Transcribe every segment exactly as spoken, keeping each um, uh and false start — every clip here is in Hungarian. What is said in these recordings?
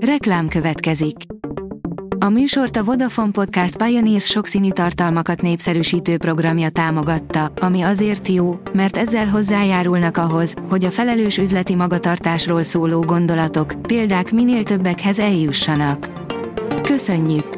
Reklám következik. A műsort a Vodafone Podcast Pioneers sokszínű tartalmakat népszerűsítő programja támogatta, ami azért jó, mert ezzel hozzájárulnak ahhoz, hogy a felelős üzleti magatartásról szóló gondolatok, példák minél többekhez eljussanak. Köszönjük!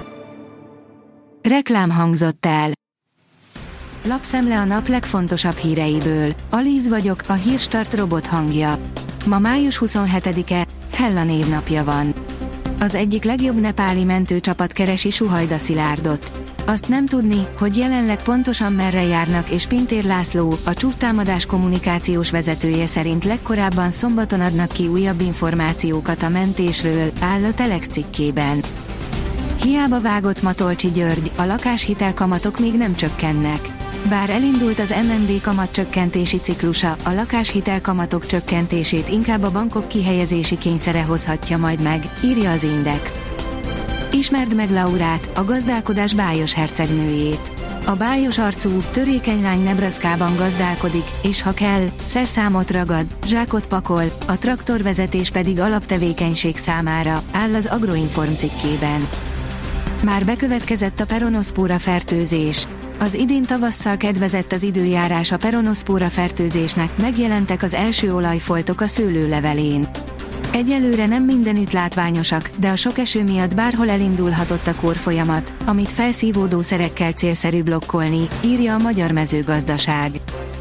Reklám hangzott el. Lapszemle a nap legfontosabb híreiből. Alíz vagyok, a Hírstart robot hangja. Ma május huszonhetedike, Hella névnapja van. Az egyik legjobb nepáli mentőcsapat keresi Suhajda Szilárdot. Azt nem tudni, hogy jelenleg pontosan merre járnak, és Pintér László, a csúcstámadás kommunikációs vezetője szerint legkorábban szombaton adnak ki újabb információkat a mentésről, áll a Telex cikkében. Hiába vágott Matolcsi György, a lakáshitel kamatok még nem csökkennek. Bár elindult az em en bé kamatcsökkentési ciklusa, a lakáshitel kamatok csökkentését inkább a bankok kihelyezési kényszere hozhatja majd meg, írja az Index. Ismerd meg Laurát, a gazdálkodás bájos hercegnőjét. A bájos arcú, törékeny lány Nebraskában gazdálkodik, és ha kell, szerszámot ragad, zsákot pakol, a traktorvezetés pedig alaptevékenység számára, áll az Agroinform cikkében. Már bekövetkezett a peronoszpóra fertőzés. Az idén tavasszal kedvezett az időjárás a peronoszpóra fertőzésnek, megjelentek az első olajfoltok a szőlőlevelén. Egyelőre nem mindenütt látványosak, de a sok eső miatt bárhol elindulhatott a kórfolyamat, amit felszívódó szerekkel célszerű blokkolni, írja a Magyar Mezőgazdaság.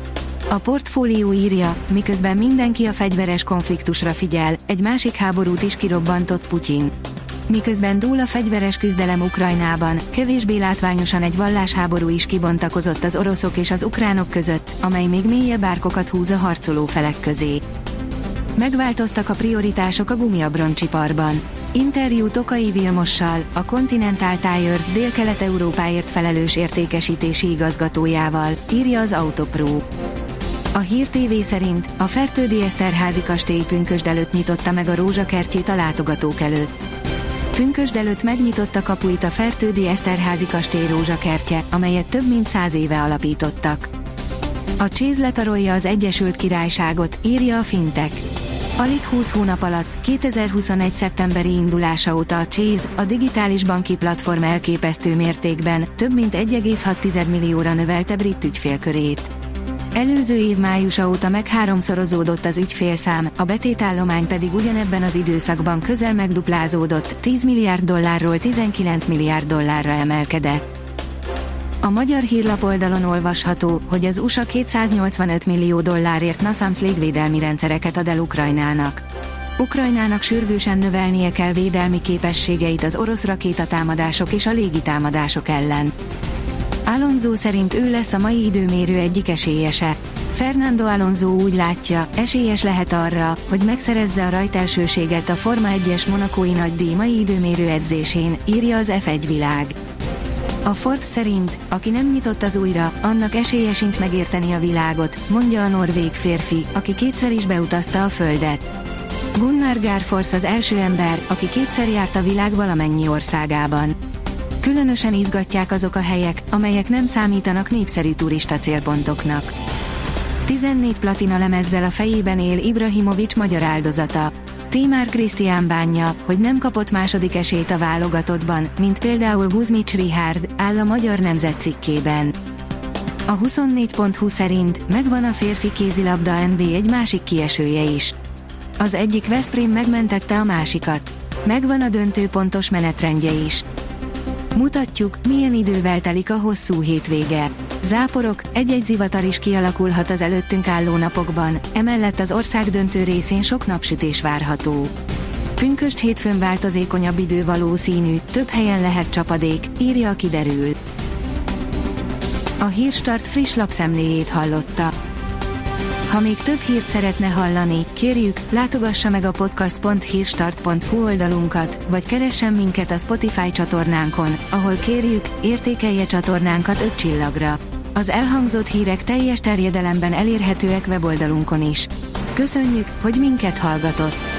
A Portfólió írja, miközben mindenki a fegyveres konfliktusra figyel, egy másik háborút is kirobbantott Putyin. Miközben dúl a fegyveres küzdelem Ukrajnában, kevésbé látványosan egy vallásháború is kibontakozott az oroszok és az ukránok között, amely még mélyebb árkokat húz a harcoló felek közé. Megváltoztak a prioritások a gumiabroncsiparban. Interjú Tokai Vilmossal, a Continental Tires Dél-Kelet-Európáért felelős értékesítési igazgatójával, írja az Autopro. A Hír té vé szerint a Fertődi Eszterházy kastély pünkösd előtt nyitotta meg a rózsakertjét a látogatók előtt. Pünkösd előtt megnyitotta kapuit a Fertődi Eszterházy kastély rózsakertje, amelyet több mint száz éve alapítottak. A Chase letarolja az Egyesült Királyságot, írja a Fintech. Alig húsz hónap alatt, kétezer-huszonegy szeptemberi indulása óta a Chase, a digitális banki platform elképesztő mértékben, több mint egy egész hat millióra növelte brit ügyfélkörét. Előző év májusa óta meg háromszorozódott az ügyfélszám, a betétállomány pedig ugyanebben az időszakban közel megduplázódott, tíz milliárd dollárról tizenkilenc milliárd dollárra emelkedett. A magyar hírlapoldalon olvasható, hogy az u es á kétszáznyolcvanöt millió dollárért NASAMS légvédelmi rendszereket ad el Ukrajnának. Ukrajnának sürgősen növelnie kell védelmi képességeit az orosz rakétatámadások és a légitámadások ellen. Alonso szerint ő lesz a mai időmérő egyik esélyese. Fernando Alonso úgy látja, esélyes lehet arra, hogy megszerezze a rajtelsőséget a Forma egyes monakói nagydíj mai időmérő edzésén, írja az ef egy világ. A Forbes szerint, aki nem nyitott az újra, annak esélye sincs megérteni a világot, mondja a norvég férfi, aki kétszer is beutazta a Földet. Gunnar Garfors az első ember, aki kétszer járt a világ valamennyi országában. Különösen izgatják azok a helyek, amelyek nem számítanak népszerű turista célpontoknak. tizennégy platina lemezzel a fejében él Ibrahimovics magyar áldozata. Tímár Krisztián bánja, hogy nem kapott második esélyt a válogatottban, mint például Guzmics Richárd, áll a Magyar Nemzet cikkében. A huszonnégy pont hu szerint megvan a férfi kézilabda en bé egy másik kiesője is. Az egyik Veszprém megmentette a másikat. Megvan a döntő pontos menetrendje is. Mutatjuk, milyen idővel telik a hosszú hétvége. Záporok, egy-egy zivatar is kialakulhat az előttünk álló napokban, emellett az ország döntő részén sok napsütés várható. Pünkösd hétfőn változékonyabb idő valószínű, több helyen lehet csapadék, írja a Kiderül. A Hírstart friss lapszemléjét hallotta. Ha még több hírt szeretne hallani, kérjük, látogassa meg a podcast pont hírstart pont hu oldalunkat, vagy keressen minket a Spotify csatornánkon, ahol kérjük, értékelje csatornánkat öt csillagra. Az elhangzott hírek teljes terjedelemben elérhetőek weboldalunkon is. Köszönjük, hogy minket hallgatott!